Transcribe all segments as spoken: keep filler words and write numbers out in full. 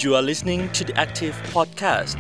You are listening to the Active Podcast.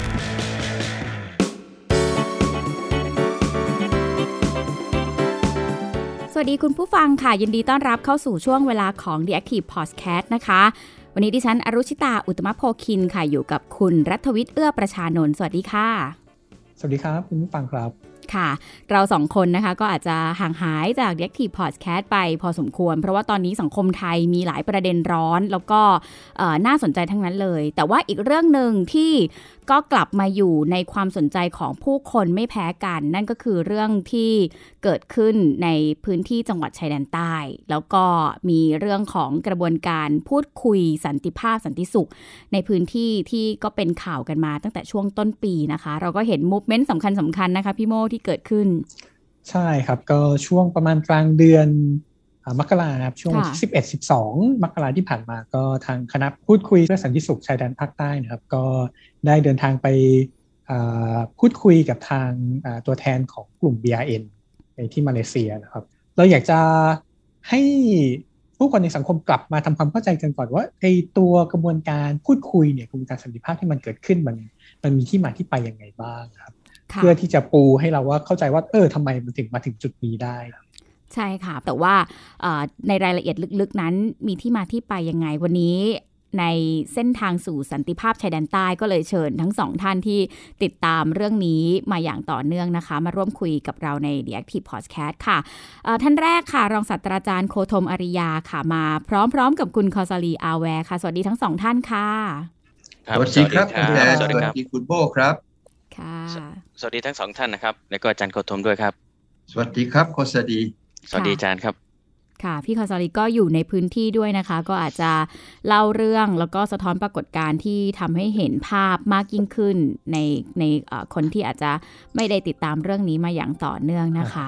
สวัสดีคุณผู้ฟังค่ะยินดีต้อนรับเข้าสู่ช่วงเวลาของ The Active Podcast นะคะวันนี้ดิฉันอรุชิตาอุตตมโพคินค่ะอยู่กับคุณรัฐวิทย์เอื้อประชานนท์สวัสดีค่ะสวัสดีครับคุณผู้ฟังครับค่ะเราสองคนนะคะก็อาจจะห่างหายจาก The Active Podcast ไปพอสมควรเพราะว่าตอนนี้สังคมไทยมีหลายประเด็นร้อนแล้วก็น่าสนใจทั้งนั้นเลยแต่ว่าอีกเรื่องนึงที่ก็กลับมาอยู่ในความสนใจของผู้คนไม่แพ้กันนั่นก็คือเรื่องที่เกิดขึ้นในพื้นที่จังหวัดชายแดนใต้แล้วก็มีเรื่องของกระบวนการพูดคุยสันติภาพสันติสุขในพื้นที่ที่ก็เป็นข่าวกันมาตั้งแต่ช่วงต้นปีนะคะเราก็เห็นมูฟเมนต์สำคัญสำคัญนะคะพี่โมที่เกิดขึ้นใช่ครับก็ช่วงประมาณกลางเดือนมกราครับช่วงวันที่สิบเอ็ด สิบสองมกราที่ผ่านมาก็ทางคณะพูดคุยเพื่อสันติสุขชายแดนภาคใต้นะครับก็ได้เดินทางไปพูดคุยกับทางตัวแทนของกลุ่ม บี อาร์ เอ็น ในที่มาเลเซียนะครับเราอยากจะให้ผู้คนในสังคมกลับมาทำความเข้าใจกันก่อนว่าไอ้ตัวกระบวนการพูดคุยเนี่ยกระบวนการสันติภาพที่มันเกิดขึ้นมันมันมีที่มาที่ไปยังไงบ้างครับเพื่อที่จะปูให้เราว่าเข้าใจว่าเออทำไมมันถึงมาถึงจุดนี้ได้ใช่ค่ะแต่ว่าในรายละเอียดลึกๆนั้นมีที่มาที่ไปยังไงวันนี้ในเส้นทางสู่สันติภาพชายแดนใต้ก็เลยเชิญทั้งสองท่านที่ติดตามเรื่องนี้มาอย่างต่อเนื่องนะคะมาร่วมคุยกับเราใน The Active Podcast ค่ะท่านแรกค่ะรองศาสตราจารย์โคธมอริยาค่ะมาพร้อมๆกับคุณคอซาลีอาแวร์ค่ะสวัสดีทั้งสองท่านค่ะสวัสดีครับคุณแพรสวัสดีครับคุณโบครับค่ะสวัสดีทั้งสองท่านนะครับแล้วก็อาจารย์โคธมด้วยครับสวัสดีครับโคซาดีสวัสดีอาจารย์ครับค่ะพี่คอซาลีก็อยู่ในพื้นที่ด้วยนะคะก็อาจจะเล่าเรื่องแล้วก็สะท้อนปรากฏการณ์ที่ทำให้เห็นภาพมากยิ่งขึ้นในในคนที่อาจจะไม่ได้ติดตามเรื่องนี้มาอย่างต่อเนื่องนะคะ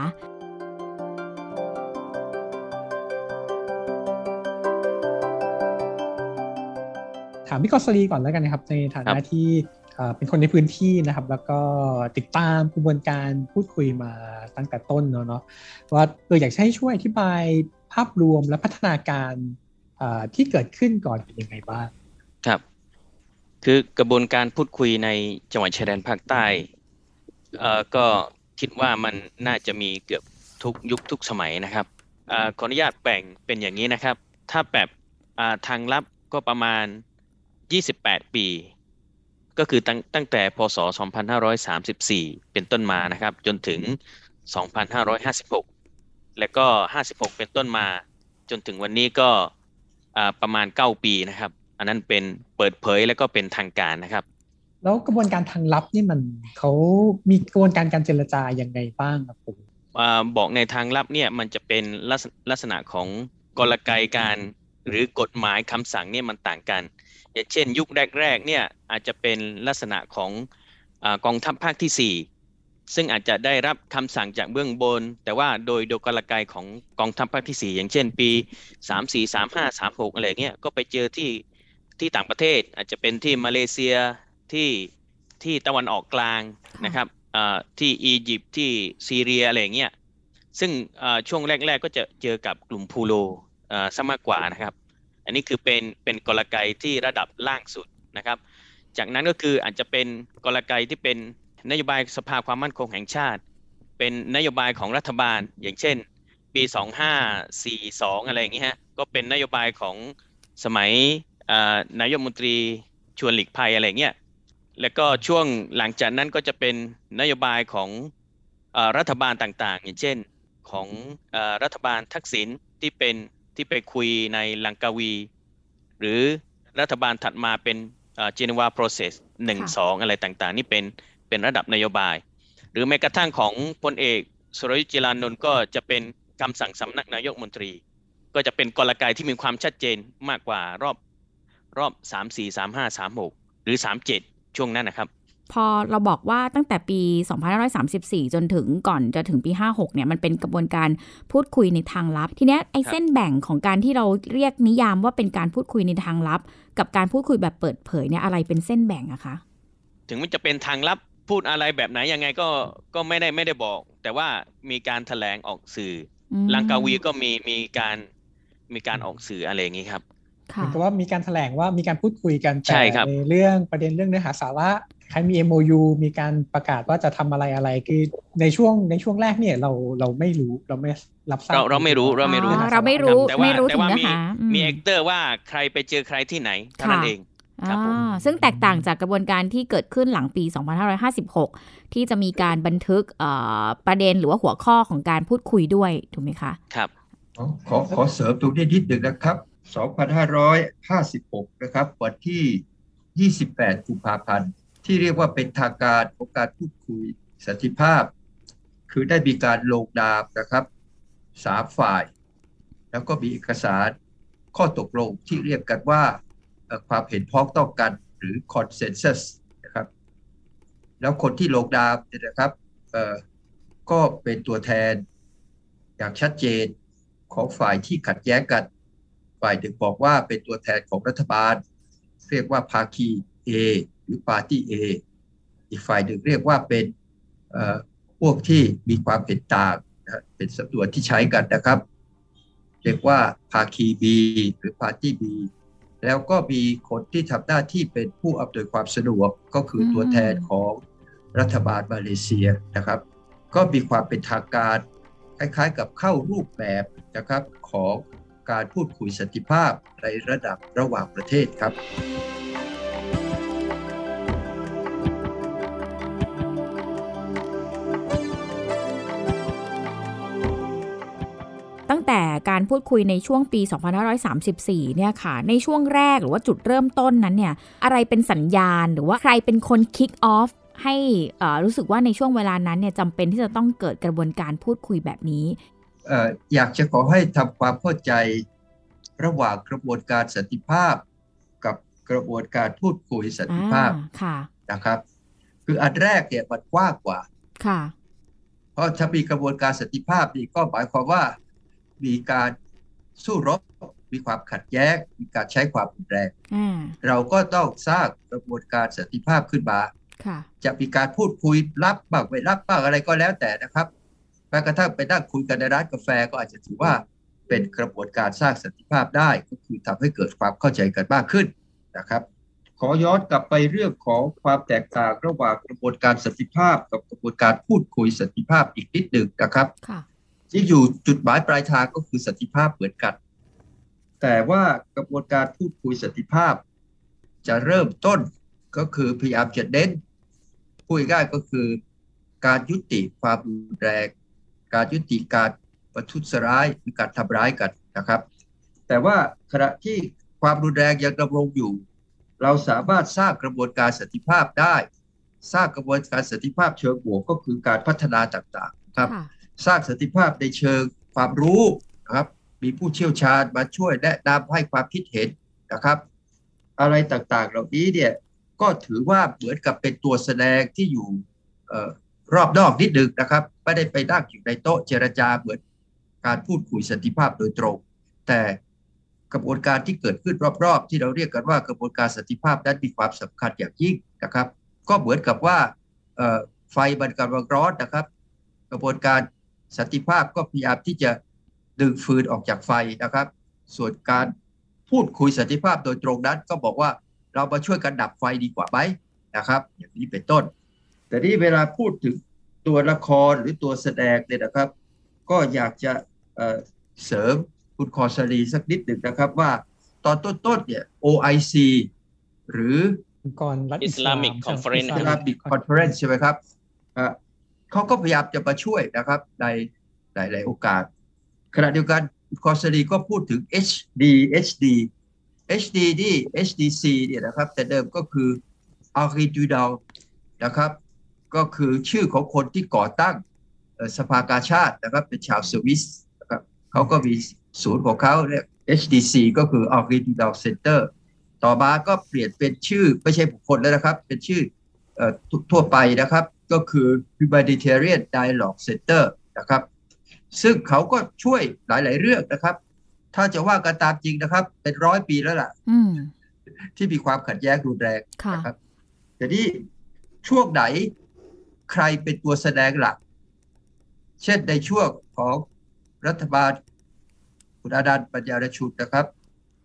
ถามพี่คอซาลีก่อนแล้วกันนะครับในฐานะที่เป็นคนในพื้นที่นะครับแล้วก็ติดตามกระบวนการพูดคุยมาตั้งแต่ต้นเนาะเนาะว่าเอออยากให้ช่วยอธิบายภาพรวมและพัฒนาการที่เกิดขึ้นก่อนเป็นยังไงบ้างครับคือกระบวนการพูดคุยในจังหวัดชายแดนภาคใต้เอ่อก็คิดว่ามันน่าจะมีเกือบทุกยุคทุกสมัยนะครับเอ่อขออนุญาตแบ่งเป็นอย่างนี้นะครับถ้าแบบทางลับก็ประมาณยี่สิบแปดปีก็คือตั้งตั้งแต่พ.ศ. สองพันห้าร้อยสามสิบสี่เป็นต้นมานะครับจนถึงสองพันห้าร้อยห้าสิบหกและก็ห้าสิบหกเป็นต้นมาจนถึงวันนี้ก็ประมาณเก้าปีนะครับอันนั้นเป็นเปิดเผยและก็เป็นทางการนะครับแล้วกระบวนการทางลับนี่มันเขามีกระบวนการการเจรจายังไงบ้างครับผมบอกในทางลับเนี่ยมันจะเป็นลักษณะของกลไกการหรือกฎหมายคำสั่งเนี่ยมันต่างกันอย่างเช่นยุคแรกๆเนี่ยอาจจะเป็นลักษณะของอ่ากองทัพภาคที่สี่ซึ่งอาจจะได้รับคำสั่งจากเบื้องบนแต่ว่าโดยโดยกลไกของกองทัพภาคที่สี่อย่างเช่นปีสามสี่ สามห้า สามหกอะไรเงี้ยก็ไปเจอที่ที่ต่างประเทศอาจจะเป็นที่มาเลเซียที่ที่ตะวันออกกลางนะครับอ่าที่อียิปต์ที่ซีเรียอะไรเงี้ยซึ่งอ่าช่วงแรกๆก็จะเจอกับกลุ่มพูโลอ่าซะมากกว่านะครับอันนี้คือเป็นเป็นกลไกที่ระดับล่างสุดนะครับจากนั้นก็คืออาจจะเป็นกลไกที่เป็นนโยบายสภาความมั่นคงแห่งชาติเป็นนโยบายของรัฐบาลอย่างเช่นปีสองพันห้าร้อยสี่สิบสองอะไรอย่างเงี้ยฮะก็เป็นนโยบายของสมัยนายกรัฐมนตรีชวนหลีกภัยอะไรเงี้ยแล้วก็ช่วงหลังจากนั้นก็จะเป็นนโยบายของรัฐบาลต่างๆอย่างเช่นของรัฐบาลทักษิณที่เป็นที่ไปคุยในลังกาวีหรือรัฐบาลถัดมาเป็นเอ่อ Geneva Process หนึ่ง สองอะไรต่างๆนี่เป็นเป็นระดับนโยบายหรือแม้กระทั่งของพลเอกสุรยุทธ จิรานนท์ก็จะเป็นคำสั่งสำนักนายกรัฐมนตรีก็จะเป็นกลไกที่มีความชัดเจนมากกว่ารอบรอบสามสี่ สามห้า สามหกหรือสามเจ็ดช่วงนั้นนะครับพอเราบอกว่าตั้งแต่ปีสองพันห้าร้อยสามสิบสี่จนถึงก่อนจะถึงปีห้าหกเนี่ยมันเป็นกระบวนการพูดคุยในทางลับทีเนี้ยไอ้เส้นแบ่งของการที่เราเรียกนิยามว่าเป็นการพูดคุยในทางลับกับการพูดคุยแบบเปิดเผยเนี่ยอะไรเป็นเส้นแบ่งอะคะถึงมันจะเป็นทางลับพูดอะไรแบบไหนยังไงก็ก็ไม่ได้ไม่ได้บอกแต่ว่ามีการแถลงออกสื่อลังกาวีก็มีมีการมีการออกสื่ออะไรอย่างงี้ครับเหมือนกับว่ามีการแถลงว่ามีการพูดคุยกันแต่ในเรื่องประเด็นเรื่องเนื้อหาสาระใครมี เอ็ม โอ ยู มีการประกาศว่าจะทำอะไรอะไรคือในช่วงในช่วงแรกเนี่ยเราเราไม่รู้เราไม่รับทราบเราเราไม่รู้เราไม่รู้เราไม่รู้แต่ว่าไม่รู้แต่ถึงว่าเนื้อมีหามีเอ็กเตอร์ว่าใครไปเจอใครที่ไหนเท่านั้นเองครับผมซึ่งแตกต่างจากกระบวนการที่เกิดขึ้นหลังปีสองพันห้าร้อยห้าสิบหกที่จะมีการบันทึกประเด็นหรือว่าหัวข้อของการพูดคุยด้วยถูกไหมคะครับขอขอเสริมตรงนี้นิดหนึ่งนะครับสองพันห้าร้อยห้าสิบหกนะครับวันที่ยี่สิบแปดกุมภาพันธ์ที่เรียกว่าเป็นทางการของการพูดคุยสันติภาพคือได้มีการลงนามนะครับสามฝ่ายแล้วก็มีเอกสารข้อตกลงที่เรียกกันว่าความเห็นพ้องต้องกันหรือ consensus นะครับแล้วคนที่ลงนามเนี่ยนะครับก็เป็นตัวแทนอย่างชัดเจนของฝ่ายที่ขัดแย้งกันฝ่ายหนึ่งบอกว่าเป็นตัวแทนของรัฐบาลเรียกว่าภาคี A หรือ Party A อีกฝ่ายหนึ่งเรียกว่าเป็นพวกที่มีความเห็นต่างนะเป็นสำนวนที่ใช้กันนะครับเรียกว่าภาคี B หรือ Party B แล้วก็มีคนที่ทำหน้าที่เป็นผู้อำนวยความสะดวกก็คือตัวแทนของรัฐบาลมาเลเซียนะครับก็มีความเป็นทางการคล้ายๆกับเข้ารูปแบบนะครับของการพูดคุยสันติภาพในระดับระหว่างประเทศครับตั้งแต่การพูดคุยในช่วงปีสองพันห้าร้อยสามสิบสี่เนี่ยค่ะในช่วงแรกหรือว่าจุดเริ่มต้นนั้นเนี่ยอะไรเป็นสัญญาณหรือว่าใครเป็นคน kick off ให้รู้สึกว่าในช่วงเวลานั้นเนี่ยจำเป็นที่จะต้องเกิดกระบวนการพูดคุยแบบนี้เอ่ออยากจะขอให้ทำความเข้าใจระหว่างกระบวนการสันติภาพกับกระบวนการพูดคุยสันติภาพนะครับคืออันแรกเนี่ยมันกว้างกว่าค่ะเพราะถ้ามีกระบวนการสันติภาพนี่ก็หมายความว่ามีการสู้รบมีความขัดแย้งมีการใช้ความรุนแรงเราก็ต้องสร้างกระบวนการสันติภาพขึ้นมาจะมีการพูดคุยรับบ้างไม่รับบ้างอะไรก็แล้วแต่นะครับแม้กระทั่งไปนั่งคุยกันในร้านกาแฟก็อาจจะถือว่าเป็นกระบวนการสร้างสันติภาพได้ก็คือทำให้เกิดความเข้าใจกันมากขึ้นนะครับขอย้อนกลับไปเรื่องของความแตกต่างระหว่างกระบวนการสันติภาพกับกระบวนการพูดคุยสันติภาพอีกนิดหนึ่งนะครับที่อยู่จุดหมายปลายทางก็คือสันติภาพเหมือนกันแต่ว่ากระบวนการพูดคุยสันติภาพจะเริ่มต้นก็คือพยายามจะเน้นพูดง่ายก็คือการยุติความรุนแรงการยุติการประทุษร้ายหรือการทำร้ายกันนะครับแต่ว่าขณะที่ความรุนแรงยังดำรงอยู่เราสามารถสร้างกระบวนการสันติภาพได้สร้างกระบวนการสันติภาพเชิงบวกก็คือการพัฒนาต่างๆครับสร้างสันติภาพในเชิงความรู้นะครับมีผู้เชี่ยวชาญมาช่วยแนะนำให้ความคิดเห็นนะครับอะไรต่างๆเหล่านี้เนี่ยก็ถือว่าเหมือนกับเป็นตัวแสดงที่อยู่รอบนอกนิดนึงนะครับไม่ได้ไปนั่งอยู่ในโต๊ะเจรจาเหมือนการพูดคุยสันติภาพโดยตรงแต่กระบวนการที่เกิดขึ้นรอบๆที่เราเรียกกันว่ากระบวนการสันติภาพนั้นมีความสำคัญอย่างยิ่งนะครับก็เหมือนกับว่าไฟมันกำลังร้อนนะครับกระบวนการสันติภาพก็พยายามที่จะดึงฟืนออกจากไฟนะครับส่วนการพูดคุยสันติภาพโดยตรงนั้นก็บอกว่าเรามาช่วยกันดับไฟดีกว่าไหมนะครับอย่างนี้เป็นต้นแต่ที่เวลาพูดถึงตัวละครหรือตัวแสดงเนี่ยนะครับก็อยากจะเอ่อเสริมคุณคอสลีสักนิดหนึ่งนะครับว่าตอนต้นๆเนี่ย โอ ไอ ซี หรือองค์กรรัฐอิสลามิกคอนเฟอเรนซ์ Islamic Conference ใช่ไหมครับอ่าเขาก็พยายามจะมาช่วยนะครับในหลายๆโอกาสขณะเดียวกันคุณคอสลีก็พูดถึง เอช ดี เอช ดี เอช ดี นี่ เอช ดี ซี เนี่ยนะครับแต่เดิมก็คือ Henri Dunant นะครับก็คือชื่อของคนที่ก่อตั้งสภากาชาดนะครับเป็นชาวสวิสนะครับเขาก็มีศูนย์ของเขาเรียก เอช ดี ซี ก็คือ Henri Dunant Center ต่อมาก็เปลี่ยนเป็นชื่อไม่ใช่บุคคลแล้วนะครับเป็นชื่อทั่วไปนะครับก็คือ Humanitarian Dialogue Center นะครับซึ่งเขาก็ช่วยหลายๆเรื่องนะครับถ้าจะว่ากันตามจริงนะครับเป็นร้อยปีแล้วล่ะที่มีความขัดแย้งรุนแรงนะครับแต่นี่ช่วงไหนใครเป็นตัวแสดงหลักเช่นในช่วงของรัฐบาลคุณอานันต์ปัญญารชุนนะครับ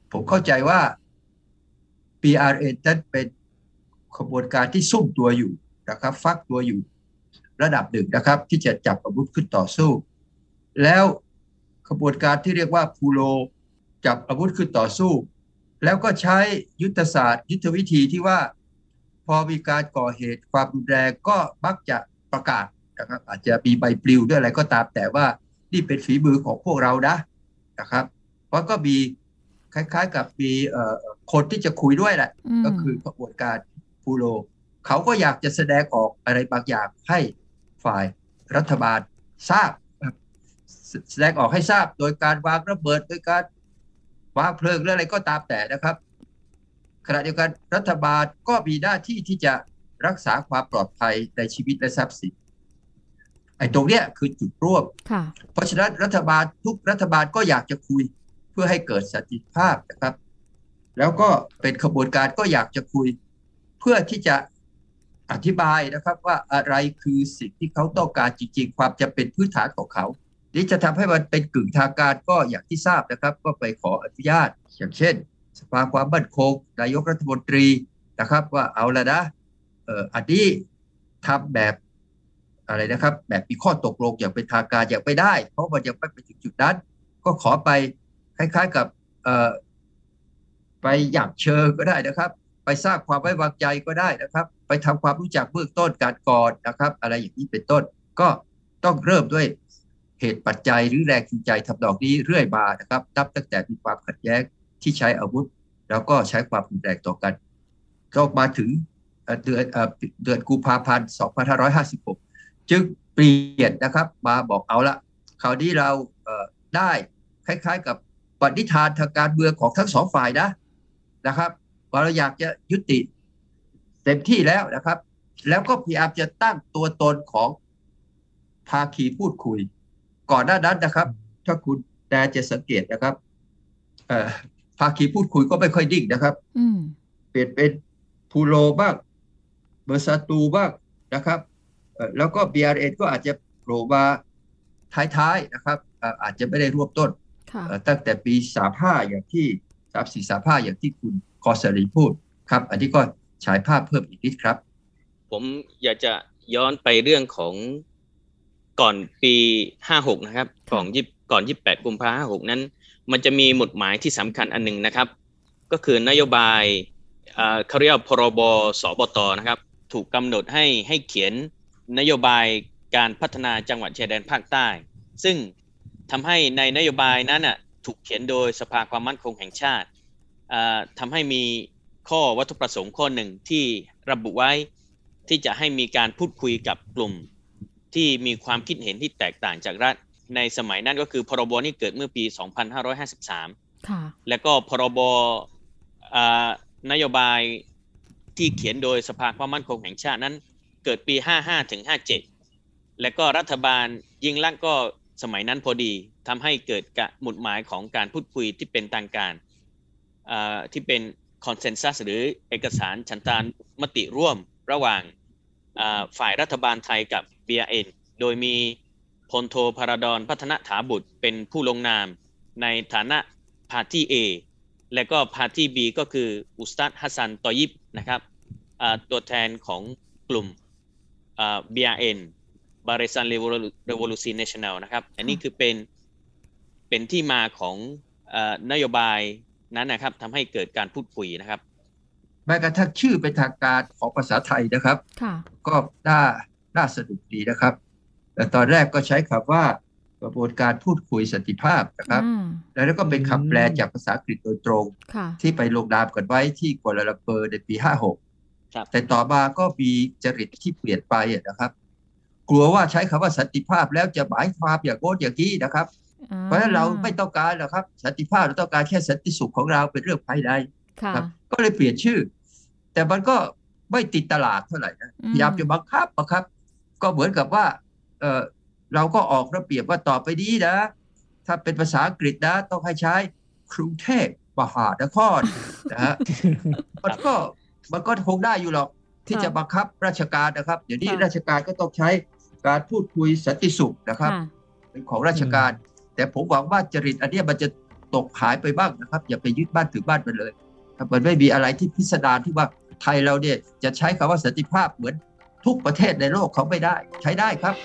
ผมเข้าใจว่า บี อาร์ เอ็น นั้นเป็นขบวนการที่ซุ่มตัวอยู่นะครับฟักตัวอยู่ระดับหนึ่งนะครับที่จะจับอาวุธขึ้นต่อสู้แล้วขบวนการที่เรียกว่าพูโลจับอาวุธขึ้นต่อสู้แล้วก็ใช้ยุทธศาสตร์ยุทธวิธีที่ว่าพอมีการก่อเหตุความรุนแรงก็มักจะประกาศนะครับอาจจะมีใบปลิวด้วยอะไรก็ตามแต่ว่านี่เป็นฝีมือของพวกเรานะนะครับเพราะก็มีคล้ายๆกับมีคนที่จะคุยด้วยแหละก็คือขบวนการพูโลเขาก็อยากจะแสดงออกอะไรบางอย่างให้ฝ่ายรัฐบาลทราบแสดงออกให้ทราบโดยการวางระเบิดโดยการวางเพลิงหรืออะไรก็ตามแต่นะครับขณะเดียวกันรัฐบาลก็มีหน้าที่ที่จะรักษาความปลอดภัยในชีวิตและทรัพย์สินไอ้ตรงเนี้ยคือจุดร่วมเพราะฉะนั้นรัฐบาลทุกรัฐบาลก็อยากจะคุยเพื่อให้เกิดสันติภาพนะครับแล้วก็เป็นขบวนการก็อยากจะคุยเพื่อที่จะอธิบายนะครับว่าอะไรคือสิ่งที่เขาต้องการจริงๆความจำเป็นพื้นฐานของเขานี่จะทำให้มันเป็นกึ่งทางการก็อย่างที่ทราบนะครับก็ไปขออนุญาตอย่างเช่นสภาความมั่นคงนายกรัฐมนตรีนะครับว่าเอาละนะเอ่ออันนี้ทำแบบอะไรนะครับแบบมีข้อตกลงอย่างเป็นทางการอย่างไม่ได้เพราะมันยังไม่ไปถึงจุดนั้นก็ขอไปคล้ายๆกับเอ่อไปหยั่งเชิงก็ได้นะครับไปสร้างความไว้วางใจก็ได้นะครับไปทำความรู้จักเบื้องต้นการก่อนนะครับอะไรอย่างนี้เป็นต้นก็ต้องเริ่มด้วยเหตุปัจจัยหรือแรงจูงใจทำนองนี้เรื่อยมานะครับนับตั้งแต่มีความขัดแย้งที่ใช้อาวุธแล้วก็ใช้ความรุนแรงต่อกันก็มาถึงเดือนเดือนกุมภาพันธ์สองพันห้าร้อยห้าสิบหกจึงเปลี่ยนนะครับมาบอกเอาละคราวนี้เราได้คล้ายๆกับปณิธานทางการเมืองของทั้งสองฝ่ายนะนะครับว่าเราอยากจะยุติเต็มที่แล้วนะครับแล้วก็พยายามจะตั้งตัวตนของภาคีพูดคุยก่อนหน้านั้นนะครับถ้าคุณแต่จะสังเกตนะครับภาคีพูดคุยก็ไม่ค่อยดิ่งนะครับเปลี่ยนเป็นพูโลบ้างเบอร์ซาตูบ้างนะครับแล้วก็ บี อาร์ เอ็น ก็อาจจะโผล่มาท้ายๆนะครับอาจจะไม่ได้รวบต้นตั้งแต่ปีสามสิบห้าอย่างที่สามสิบสี่ สามสิบห้าอย่างที่คุณกอสรีพูดครับอันนี้ก็ฉายภาพเพิ่มอีกนิดครับผมอยากจะย้อนไปเรื่องของก่อนปีห้าสิบหกนะครับก่อนยี่ก่อนยี่สิบแปดกุมภาพันธ์ห้าสิบหกนั้นมันจะมีหมุดหมายที่สำคัญอันนึงนะครับก็คือนโยบายเอ่อเขาเรียกพรบสบตนะครับถูกกำหนดให้ให้เขียนนโยบายการพัฒนาจังหวัดชายแดนภาคใต้ซึ่งทำให้ในนโยบายนั้นน่ะถูกเขียนโดยสภาความมั่นคงแห่งชาติทำให้มีข้อวัตถุประสงค์ข้อหนึ่งที่ระบุไว้ที่จะให้มีการพูดคุยกับกลุ่มที่มีความคิดเห็นที่แตกต่างจากรัฐในสมัยนั้นก็คือพรบนี้เกิดเมื่อปีสองพันห้าร้อยห้าสิบสามค่ะแล้วก็พรบนโยบายที่เขียนโดยสภาความมั่นคงแห่งชาตินั้นเกิดปีห้าสิบห้าถึงห้าสิบเจ็ดแล้วก็รัฐบาลยิ่งลักษณ์ก็สมัยนั้นพอดีทำให้เกิดหมุดหมายของการพูดคุยที่เป็นทางการที่เป็นคอนเซนซัสหรือเอกสารฉันทามติร่วมระหว่างฝ่ายรัฐบาลไทยกับ บี อาร์ เอ็น โดยมีพลโทพราดรพัฒนถาบุตรเป็นผู้ลงนามในฐานะพาร์ตี้ A และก็พาร์ตี้ B ก็คืออุสตัดฮัสซันตอยิบนะครับตัวแทนของกลุ่ม บี อาร์ เอ็น Barisan Revolusi Nasional นะครับอันนี้คือเป็นเป็นที่มาของนโยบายนั้นนะครับทำให้เกิดการพูดคุยนะครับแม้กระทั่งชื่อเป็นทางการของภาษาไทยนะครับก็น่าน่าสนุกดีนะครับแต่ตอนแรกก็ใช้คำว่ากระบวนการพูดคุยสันติภาพนะครับแล้วก็เป็นคำแปลจากภาษาอังกฤษโดยตรงที่ไปลงนามกันไว้ที่กัวลาลัมเปอร์ในปีห้าสิบหกแต่ต่อมาก็มีจริตที่เปลี่ยนไปนะครับกลัวว่าใช้คำว่าสันติภาพแล้วจะหมายความอย่างโน้นอย่างนี้นะครับเพราะฉะนั้นเราไม่ต้องการหรอกครับสันติภาพเราต้องการแค่สันติสุขของเราเป็นเรื่องภายในครับก็เลยเปลี่ยนชื่อแต่มันก็ไม่ติดตลาดเท่าไหร่นะพยายามจะบังคับนะครับก็เหมือนกับว่าเออเราก็ออกระเบียบว่าต่อไปนี้นะถ้าเป็นภาษาอังกฤษนะต้องให้ใช้กรุงเทพมหานครนะฮะมันก็มันก็คงได้อยู่หรอกที่จะบังคับราชการนะครับเดี๋ยวนี้ราชการก็ต้องใช้การพูดคุยสันติสุขนะครับเป็นของราชการแต่ผมหวังว่าจริตอันนี้มันจะตกหายไปบ้างนะครับอย่าไปยึดบ้านถือบ้านไปเลยครับมันไม่มีอะไรที่พิสดารที่ว่าไทยเราเนี่ยจะใช้คำว่าสันติภาพเหมือนทุกประเทศในโลกเขาไม่ได้ใช้ได้ครับ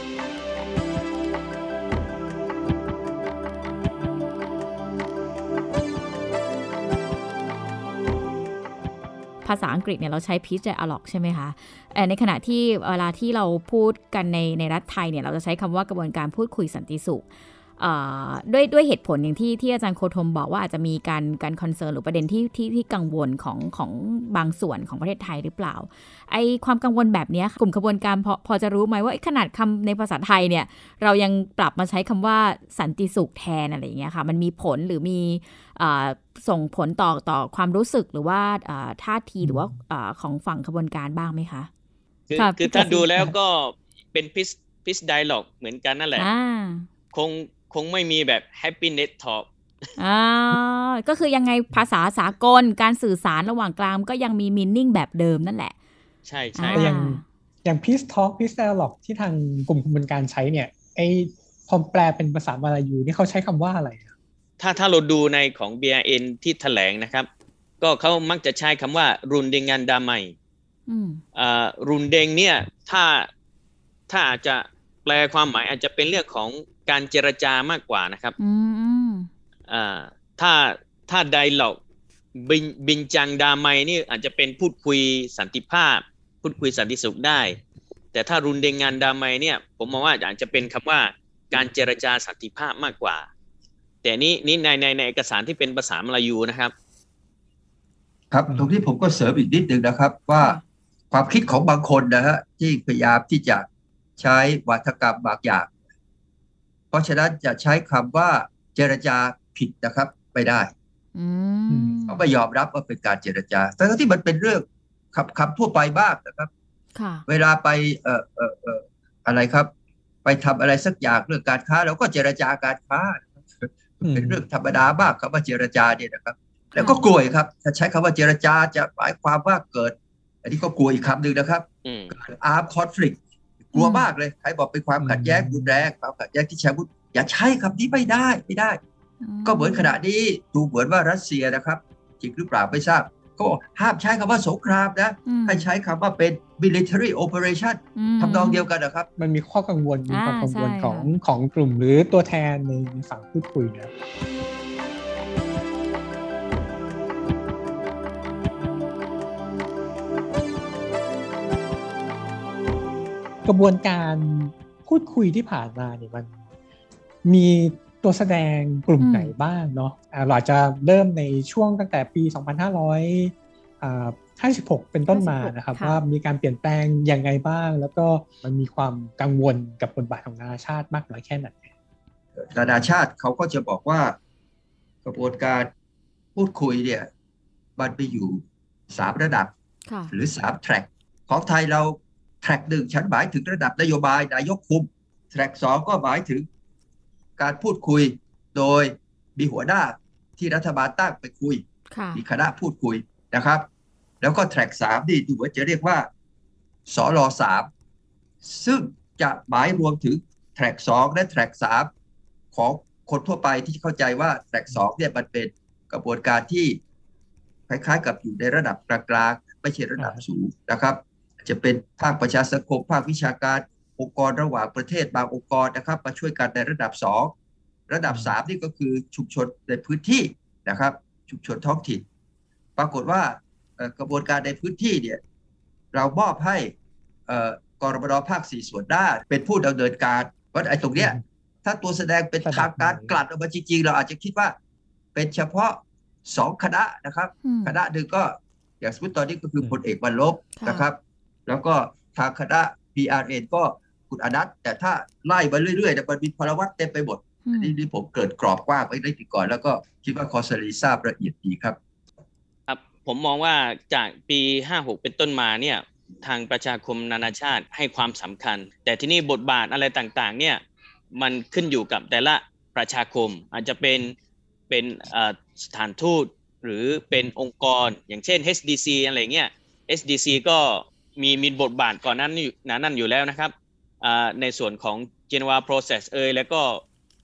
ภาษาอังกฤษเนี่ยเราใช้ peace dialogue ใช่ไหมคะในขณะที่เวลาที่เราพูดกันในในรัฐไทยเนี่ยเราจะใช้คำว่ากระบวนการพูดคุยสันติสุขด้วยด้วยเหตุผลอย่างที่ที่อาจารย์โคธมบอกว่าอาจจะมีการการคอนเซิร์นหรือประเด็นที่ที่ที่กังวลของของบางส่วนของประเทศไทยหรือเปล่าไอความกังวลแบบนี้กลุ่มขบวนการพอพอจะรู้ไหมว่าขนาดคำในภาษาไทยเนี่ยเรายังปรับมาใช้คำว่าสันติสุขแทนอะไรอย่างเงี้ยค่ะมันมีผลหรือมีส่งผลต่อต่อความรู้สึกหรือว่าท่าทีหรือว่าของฝั่งขบวนการบ้างไหมคะคือคือถ้าดูแล้วก็เป็น peace peace dialogue เหมือนกันนั่นแหละคงคงไม่มีแบบ happiness talk อ่าก็คือยังไงภาษาสากลการสื่อสารระหว่างกลางก็ยังมี meaning แบบเดิมนั่นแหละใช่ใช่อย่างอย่าง peace talk peace dialogue ที่ทางกลุ่มขบวนการใช้เนี่ยไอ้พอแปลเป็นภาษามลายูนี่เขาใช้คำว่าอะไรถ้าถ้าเราดูในของ บี อาร์ เอ็น ที่แถลงนะครับก็เขามักจะใช้คำว่า rundengan damai อ่า rundeng เนี่ยถ้าถ้าอาจจะแปลความหมายอาจจะเป็นเรื่องของการเจรจามากกว่านะครับอ่าถ้าถ้า dialogue บินบินจังดาไมนี่อาจจะเป็นพูดคุยสันติภาพพูดคุยสันติสุขได้แต่ถ้ารุนเดงงานดาไมเนี่ยผมมองว่าอาจจะเป็นคำว่าการเจรจาสันติภาพมากกว่าแต่นี้นี่ในในในเอกสารที่เป็นภาษามลายูนะครับครับตรงที่ผมก็เสริมอีกนิดนึงนะครับว่าความคิดของบางคนนะฮะที่พยายามที่จะใช้วาทกรรมบางอย่างเพราะฉะนั้นจะใช้คำว่าเจรจาผิดนะครับไม่ได้เขาไม่ยอมรับว่าเป็นการเจรจาแต่ที่มันเป็นเรื่องคำคำทั่วไปบ้างนะครับเวลาไปเอ่อเอ่อเอ่ออะไรครับไปทำอะไรสักอย่างเรื่องการค้าเราก็เจรจาการค้าเป็นเรื่องธรรมดามากคำว่าเจรจาเนี่ยนะครับแล้วก็กลัวครับถ้าใช้คำว่าเจรจาจะหมายความว่าเกิดอันนี้ก็กลัวอีกคำหนึ่งนะครับเกิด armed conflict กลัวมากเลยใครบอกเป็นความขัดแย้งรุนแรงความขัดแย้งที่ใช้อาวุธอย่าใช้คำนี้ไม่ได้ไม่ได้ก็เหมือนขณะนี้ดูเหมือนว่ารัสเซียนะครับจริงหรือเปล่าไม่ทราบก็ห้ามใช้คำว่าสงครามนะให้ใช้คำว่าเป็น military operation ทำนองเดียวกันนะครับมันมีข้อกังวลมีความกังวลของของกลุ่มหรือตัวแทนในฝั่งพูดคุยนะกระบวนการพูดคุยที่ผ่านมาเนี่ยมันมีตัวแสดงกลุ่มไหนบ้างเนาะเราอาจจะเริ่มในช่วงตั้งแต่ปีสองพันห้าร้อยห้าสิบหกเป็นต้นมานะครับว่ามีการเปลี่ยนแปลงยังไงบ้างแล้วก็มันมีความกังวลกับบทบาทของนานาชาติมากน้อยแค่ไหนนานาชาติเขาก็จะบอกว่ากระบวนการพูดคุยเนี่ยมันไปอยู่สามระดับหรือสามแทร็กของไทยเราแทร็กหนึ่งฉันหมายถึงระดับนโยบายนายกคุมแทร็กสองก็หมายถึงการพูดคุยโดยมีหัวหน้าที่รัฐบาลตั้งไปคุยมีคณะพูดคุยนะครับแล้วก็แทร็กสามนี่ดูว่าจะเรียกว่าสลสามซึ่งจะหมายรวมถึงแทร็กสองและแทร็กสามของคนทั่วไปที่เข้าใจว่าแทร็กสองเนี่ยมันเป็นกระบวนการที่คล้ายๆกับอยู่ในระดับกลางๆไม่ใช่ระดับสูงนะครับจะเป็นภาคประชาสังคมภาควิชาการองค์กรระหว่างประเทศบางองค์กรนะครับมาช่วยกันในระดับสองระดับสามนี่ก็คือชุมชนในพื้นที่นะครับชุมชนท้องถิ่นปรากฏว่ากระบวนการในพื้นที่เนี่ยเรามอบให้กรบดภาคสี่ส่วนหน้าเป็นผู้ดำเนินการเพราะไอ้ตรงเนี้ยถ้าตัวแสดงเป็นทางการกลั่นออกมาจริงๆเราอาจจะคิดว่าเป็นเฉพาะสองคณะนะครับคณะหนึ่งก็อย่างสมมติตอนนี้ก็คือพลเอกบรรลบนะครับแล้วก็ทางคณะ บี อาร์ เอ็น ก็คุณอนัทแต่ถ้าไล่มาเรื่อยๆมันมีพลวัตเต็มไปหมดนี่นี่ผมเกิดกรอบกว้างไว้ได้ก่อนแล้วก็คิดว่าคอสรีทราบละเอียดดีครับครับผมมองว่าจากปีห้าหกเป็นต้นมาเนี่ยทางประชาคมนานาชาติให้ความสำคัญแต่ที่นี่บทบาทอะไรต่างๆเนี่ยมันขึ้นอยู่กับแต่ละประชาคมอาจจะเป็นเป็นสถานทูตหรือเป็นองค์กรอย่างเช่น เอช ดี ซี อะไรเงี้ย เอช ดี ซี ก็มีมีบทบาทก่อนนั้นอยู่นั่นอยู่แล้วนะครับในส่วนของ Geneva Process เอ่ยแล้วก็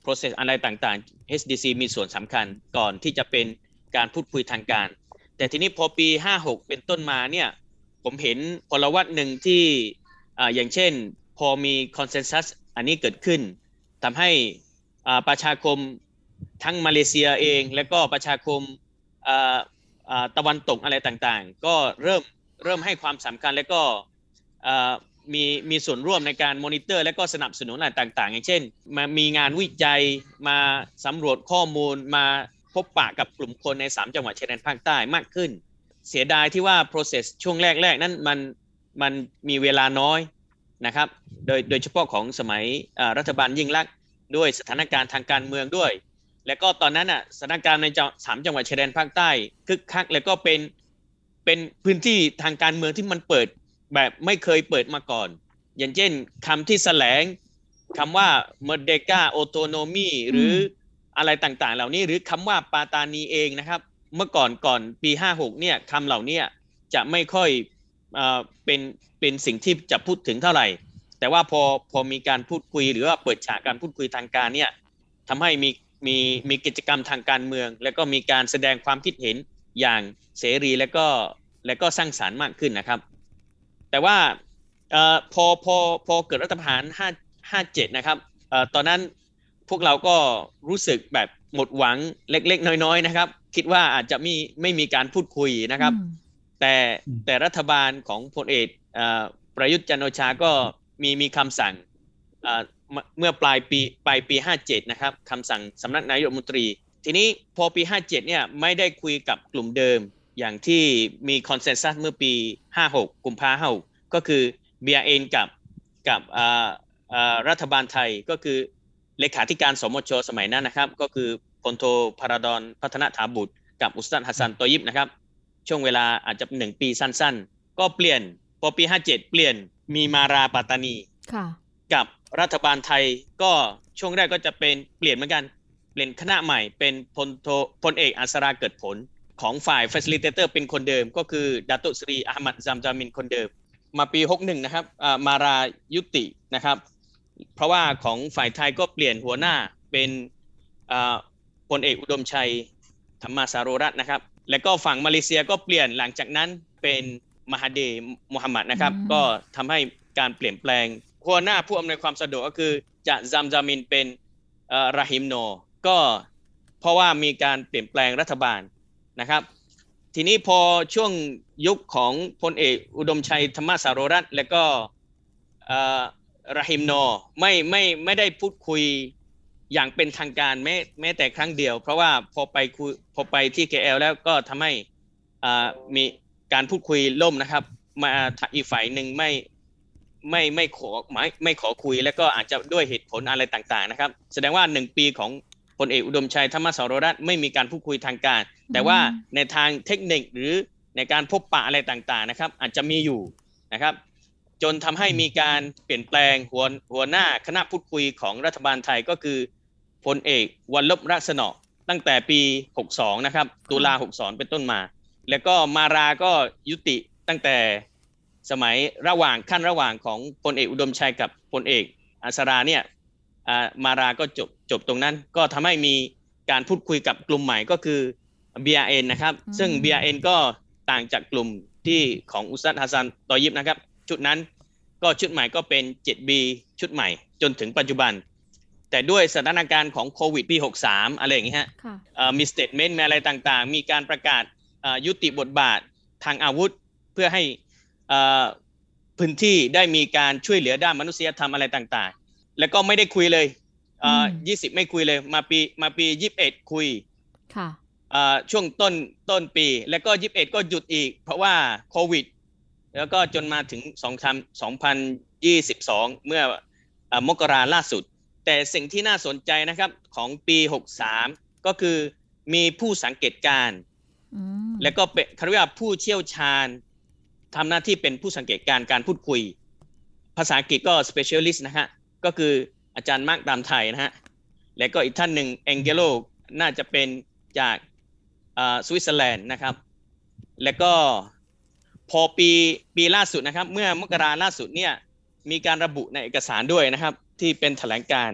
process อะไรต่างๆ เอช ดี ซี มีส่วนสำคัญก่อนที่จะเป็นการพูดคุยทางการแต่ทีนี้พอปีห้าหกเป็นต้นมาเนี่ยผมเห็นพลวัตหนึ่งที่อ่าอย่างเช่นพอมี consensus อันนี้เกิดขึ้นทำให้อ่าประชาคมทั้งมาเลเซียเองและก็ประชาคมอ่าอ่าตะวันตกอะไรต่างๆก็เริ่มเริ่มให้ความสำคัญและก็อ่ามีมีส่วนร่วมในการมอนิเตอร์และก็สนับสนุนอะไรต่างๆอย่างเช่นมามีงานวิจัยมาสำรวจข้อมูลมาพบปะกับกลุ่มคนในสามจังหวัดชายแดนภาคใต้มากขึ้นเสียดายที่ว่า process ช่วงแรกๆนั้นมันมันมีเวลาน้อยนะครับโดยโดยเฉพาะของสมัยรัฐบาลยิ่งลักษณ์ด้วยสถานการณ์ทางการเมืองด้วยและก็ตอนนั้นอ่ะสถานการณ์ในสามจังหวัดชายแดนภาคใต้คึกคักแล้วก็เป็นเป็นพื้นที่ทางการเมืองที่มันเปิดแบบไม่เคยเปิดมาก่อนอย่างเช่นคำที่แสลงคำว่า Merdeka Autonomy หรืออะไรต่างๆเหล่านี้หรือคำว่าปาตานีเองนะครับเมื่อก่อนก่อนปีห้าหกเนี่ยคำเหล่านี้จะไม่ค่อยเอ่อเป็นเป็นสิ่งที่จะพูดถึงเท่าไหร่แต่ว่าพอพอมีการพูดคุยหรือว่าเปิดฉากการพูดคุยทางการเนี่ยทำให้มีมีมีกิจกรรมทางการเมืองแล้วก็มีการแสดงความคิดเห็นอย่างเสรีและก็และก็สร้างสรรค์มากขึ้นนะครับแต่ว่าเอ่อพอพอพอเกิดรัฐประหารห้า ห้าเจ็ดนะครับเอ่อตอนนั้นพวกเราก็รู้สึกแบบหมดหวังเล็กๆน้อยๆนะครับคิดว่าอาจจะมีไม่มีการพูดคุยนะครับแต่แต่รัฐบาลของพลเอกเอ่อประยุทธ์จันทร์โอชาก็มีมีคำสั่งเอ่อเมื่อปลายปีปลายปีห้าเจ็ดนะครับคำสั่งสำนักนายกรัฐมนตรีทีนี้พอปีห้าเจ็ดเนี่ยไม่ได้คุยกับกลุ่มเดิมอย่างที่มีคอนเซนแซสเมื่อปีห้าหกกุมภาพันธ์ห้าหกก็คือ บี อาร์ เอ็น กับกับอ่าอ่ารัฐบาลไทยก็คือเลขาธิการสมชสมัยนั้นนะครับก็คือพลโทพาราดอนพัฒนถาบุตรกับอุสตันฮัสซันตอยิบนะครับช่วงเวลาอาจจะหนึ่งปีสั้นๆก็เปลี่ยนพอปีห้าเจ็ดเปลี่ยนมีมาราปัตตานีกับรัฐบาลไทยก็ช่วงแรกก็จะเป็นเปลี่ยนเหมือนกันเปลี่ยนคณะใหม่เป็นพลโทพลเอกอัศราเกิดผลของฝ่าย facilitator เป็นคนเดิมก็คือดาตุสรีอามัดซัมจามินคนเดิมมาปีหกสิบเอ็ดนะครับมารายุตินะครับเพราะว่าของฝ่ายไทยก็เปลี่ยนหัวหน้าเป็นพลเอกอุดมชัยธรรมาสาโรรัตน์นะครับแล้วก็ฝั่งมาเลเซียก็เปลี่ยนหลังจากนั้นเป็นมหาเดย์มูฮัมหมัดนะครับก็ทำให้การเปลี่ยนแปลงหัวหน้าผู้อำนวยความสะดวกก็คือจะซัมจามินเป็นราฮิมโนก็เพราะว่ามีการเปลี่ยนแปลงรัฐบาลนะครับทีนี้พอช่วงยุคของพลเอกอุดมชัยธรรมาสาโรรัตน์และก็ราฮิมโนไม่ไม่ไม่ได้พูดคุยอย่างเป็นทางการแม้แม้แต่ครั้งเดียวเพราะว่าพอไปคุยพอไปที่ เค แอล แล้วก็ทำให้มีการพูดคุยล่มนะครับมาอีกฝ่ายหนึ่งไม่ไม่ไม่ขอไม่ไม่ขอคุยแล้วก็อาจจะด้วยเหตุผลอะไรต่างๆนะครับแสดงว่าหนึ่งปีของพลเอกอุดมชัยธรรมสาโรรัตน์ไม่มีการพูดคุยทางการแต่ว่าในทางเทคนิคหรือในการพบปะอะไรต่างๆนะครับอาจจะมีอยู่นะครับจนทำให้มีการเปลี่ยนแปลงหัวหัวหน้าคณะพูดคุยของรัฐบาลไทยก็คือพลเอกวัลลบรัศนอตั้งแต่ปีหกสิบสองนะครับตุลาหกสิบสองเป็นต้นมาแล้วก็มาราก็ยุติตั้งแต่สมัยระหว่างขั้นระหว่างของพลเอกอุดมชัยกับพลเอกอัศราเนี่ยมาราก็จบจบตรงนั้นก็ทำให้มีการพูดคุยกับกลุ่มใหม่ก็คือ บี อาร์ เอ็น นะครับซึ่ง บี อาร์ เอ็น ก็ต่างจากกลุ่มที่ของอุสตันฮัสซันตอยิบนะครับชุดนั้นก็ชุดใหม่ก็เป็น เจ็ดบี ชุดใหม่จนถึงปัจจุบันแต่ด้วยสถานการณ์ของโควิดปีหกสิบสามอะไรอย่างงี้ฮะมีสเตทเมนต์มีอะไรต่างๆมีการประกาศยุติบทบาททางอาวุธเพื่อให้พื้นที่ได้มีการช่วยเหลือด้านมนุษยธรรมอะไรต่างๆแล้วก็ไม่ได้คุยเลยยี่สิบไม่คุยเลยมาปีมาปียี่สิบเอ็ดคุยค่ะช่วงต้นต้นปีแล้วก็ยี่สิบเอ็ดก็หยุดอีกเพราะว่าโควิดแล้วก็จนมาถึงสองพันยี่สิบสองเมื่อมกราล่าสุดแต่สิ่งที่น่าสนใจนะครับของปีหกสิบสามก็คือมีผู้สังเกตการณ์แล้วก็เป็นเขาเรียกว่าผู้เชี่ยวชาญทำหน้าที่เป็นผู้สังเกตการณ์การพูดคุยภาษาอังกฤษก็ specialist นะฮะก็คืออาจารย์มาร์คตามไทยนะฮะแล้วก็อีกท่านหนึ่งแองเกโลน่าจะเป็นจากสวิตเซอร์แลนด์นะครับแล้วก็พอปีปีล่าสุดนะครับเมื่อมกราล่าสุดเนี่ยมีการระบุในเอกสารด้วยนะครับที่เป็นแถลงการ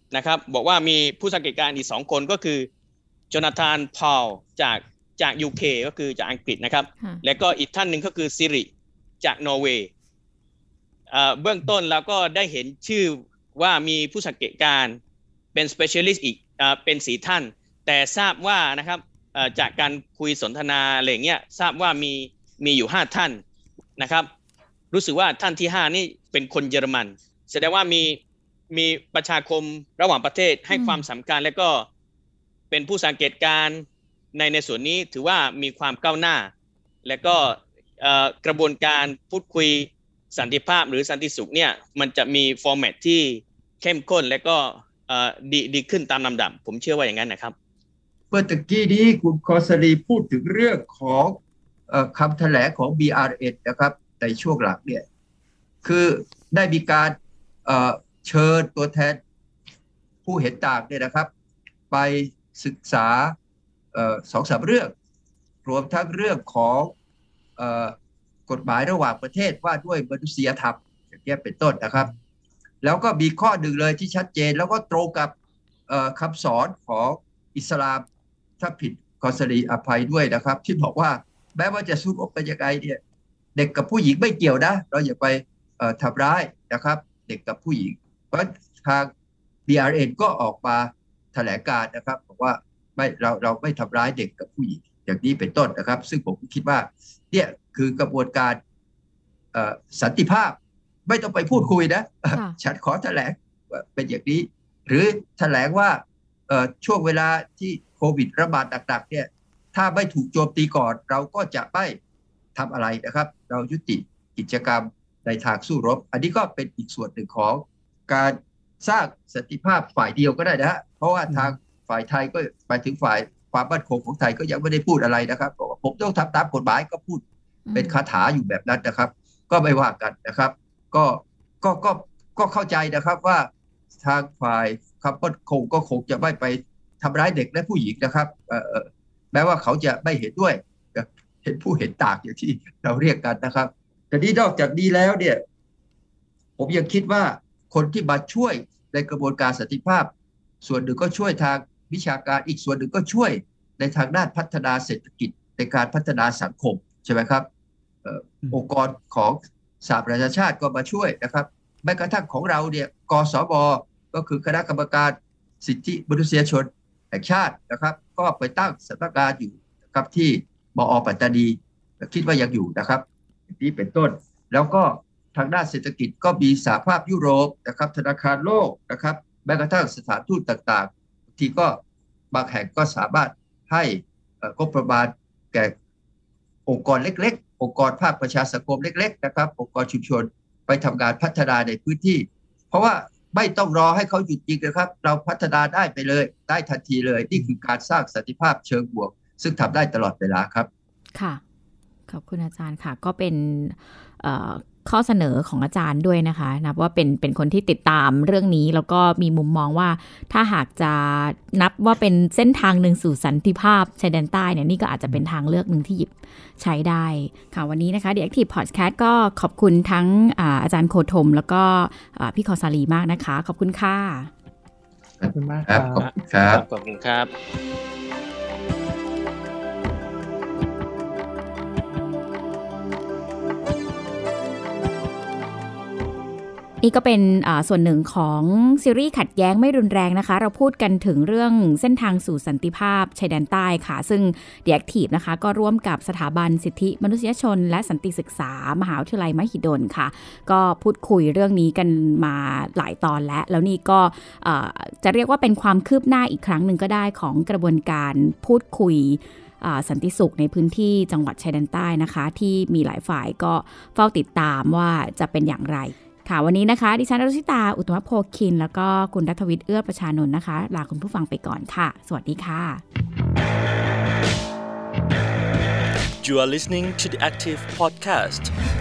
นะครับบอกว่ามีผู้สังเกตการณ์อีกสองคนก็คือโจนาธานพอลจากจาก ยู เค ก็คือจากอังกฤษนะครับและก็อีกท่านหนึ่งก็คือซิริจากนอร์เวย์เบื้องต้นเราก็ได้เห็นชื่อว่ามีผู้สังเกตการณ์เป็น specialist อีกเป็นสี่ท่านแต่ทราบว่านะครับจากการคุยสนทนาอะไรอย่างเงี้ยทราบว่ามีมีอยู่ห้าท่านนะครับรู้สึกว่าท่านที่ห้านี่เป็นคนเยอรมันแสดงว่ามีมีประชาคมระหว่างประเทศให้ความสำคัญและก็เป็นผู้สังเกตการณ์ในในส่วนนี้ถือว่ามีความก้าวหน้าและก็กระบวนการพูดคุยสันติภาพหรือสันติสุขเนี่ยมันจะมีฟอร์แมตที่เข้มข้นและก็ดีดีขึ้นตามลำดับผมเชื่อว่าอย่างนั้นนะครับเมื่อตะกี้นี้คุณกอสลีพูดถึงเรื่องของคำแถลงของ บี อาร์ เอส นะครับในช่วงหลังเนี่ยคือได้มีการเชิญตัวแทนผู้เห็นต่างเนี่ยนะครับไปศึกษาสองสามเรื่องรวมทั้งเรื่องของกฎหมายระหว่างประเทศว่าด้วยมนุษยธรรมอย่างนี้เป็นต้นนะครับแล้วก็มีข้อหนึ่งเลยที่ชัดเจนแล้วก็ตรงกับคำสอนของอิสลามถ้าผิดกอสลีอภัยด้วยนะครับที่บอกว่าแม้ว่าจะสู้รบกันยังไงเนี่ยเด็กกับผู้หญิงไม่เกี่ยวนะเราอย่าไปทำร้ายนะครับเด็กกับผู้หญิงเพราะทาง บี อาร์ เอ็น ก็ออกมาแถลงการนะครับบอกว่าไม่เราเราไม่ทำร้ายเด็กกับผู้หญิงอย่างนี้เป็นต้นนะครับซึ่งผมคิดว่าเนี่ยคือกระบวนการสันติภาพไม่ต้องไปพูดคุยนะฉันขอแถลงว่าเป็นอย่างนี้หรือแถลงว่าช่วงเวลาที่โควิดระบาดหนักๆเนี่ยถ้าไม่ถูกโจมตีก่อนเราก็จะไม่ทำอะไรนะครับเรายุติกิจกรรมในทางสู้รบอันนี้ก็เป็นอีกส่วนหนึ่งของการสร้างสันติภาพฝ่ายเดียวก็ได้นะเพราะว่าทางฝ่ายไทยก็ไปถึงฝ่ายความมั่นคงของไทยก็ยังไม่ได้พูดอะไรนะครับบอกว่าผมต้องทำตามกฎหมายก็พูดเป็นคาถาอยู่แบบนั้นนะครับก็ไม่ว่ากันนะครับก็ก็ก็ก็เข้าใจนะครับว่าทางฝ่ายความมั่นคงก็คงจะไม่ไปทำร้ายเด็กและผู้หญิงนะครับแม้ว่าเขาจะไม่เห็นด้วยเห็นผู้เห็นต่างอย่างที่เราเรียกกันนะครับแต่นี่นอกจากนี้แล้วเนี่ยผมยังคิดว่าคนที่มาช่วยในกระบวนการสันติภาพส่วนหนึ่งก็ช่วยทางวิชาการอีกส่วนหนึ่งก็ช่วยในทางด้านพัฒนาเศรษฐกิจในการพัฒนาสังคมใช่ไหมครับองค์กรของสหประชาชาติก็มาช่วยนะครับแม้กระทั่งของเราเนี่ยกสบก็คือคณะกรรมการสิทธิมนุษยชนแห่งชาตินะครับก็ไปตั้งสำนักงานอยู่นะครับที่มอ.ปัตตานีคิดว่ายังอยู่นะครับนี่เป็นต้นแล้วก็ทางด้านเศรษฐกิจก็มีสหภาพยุโรปนะครับธนาคารโลกนะครับแม้กระทั่งสถานทูตต่างๆที่ก็บางแห่งก็สามารถให้งบประมาณแก่องค์กรเล็กๆองค์กรภาคประชาสังคมเล็กๆนะครับองค์กรชุมชนไปทำงานพัฒนาในพื้นที่เพราะว่าไม่ต้องรอให้เขาหยุดยิงนะครับเราพัฒนาได้ไปเลยได้ทันทีเลยนี่คือการสร้างสันติภาพเชิงบวกซึ่งทำได้ตลอดเวลาครับค่ะขอบคุณอาจารย์ค่ะก็เป็นข้อเสนอของอาจารย์ด้วยนะคะนับว่าเป็นเป็นคนที่ติดตามเรื่องนี้แล้วก็มีมุมมองว่าถ้าหากจะนับว่าเป็นเส้นทางหนึ่งสู่สันติภาพชายแดนใต้เนี่ยนี่ก็อาจจะเป็นทางเลือกหนึ่งที่หยิบใช้ได้ค่ะวันนี้นะคะ The Active Podcast ก็ขอบคุณทั้ง อา, อาจารย์โคธมแล้วก็พี่คอซาลีมากนะคะขอบคุณค่ะขอบคุณมากครับขอบคุณครับขอบคุณครับนี่ก็เป็นส่วนหนึ่งของซีรีส์ขัดแย้งไม่รุนแรงนะคะเราพูดกันถึงเรื่องเส้นทางสู่สันติภาพชายแดนใต้ค่ะซึ่ง The Active นะคะก็ร่วมกับสถาบันสิทธิมนุษยชนและสันติศึกษามหาวิทยาลัยมหิดลค่ะก็พูดคุยเรื่องนี้กันมาหลายตอนแล้วแล้วนี่ก็จะเรียกว่าเป็นความคืบหน้าอีกครั้งหนึ่งก็ได้ของกระบวนการพูดคุยสันติสุขในพื้นที่จังหวัดชายแดนใต้นะคะที่มีหลายฝ่ายก็เฝ้าติดตามว่าจะเป็นอย่างไรค่ะวันนี้นะคะดิฉันอรุชิตาอุตตมโพคินแล้วก็คุณรัฐวิทย์เอื้อประชานนท์นะคะลาคุณผู้ฟังไปก่อนค่ะสวัสดีค่ะ You are listening to the Active Podcast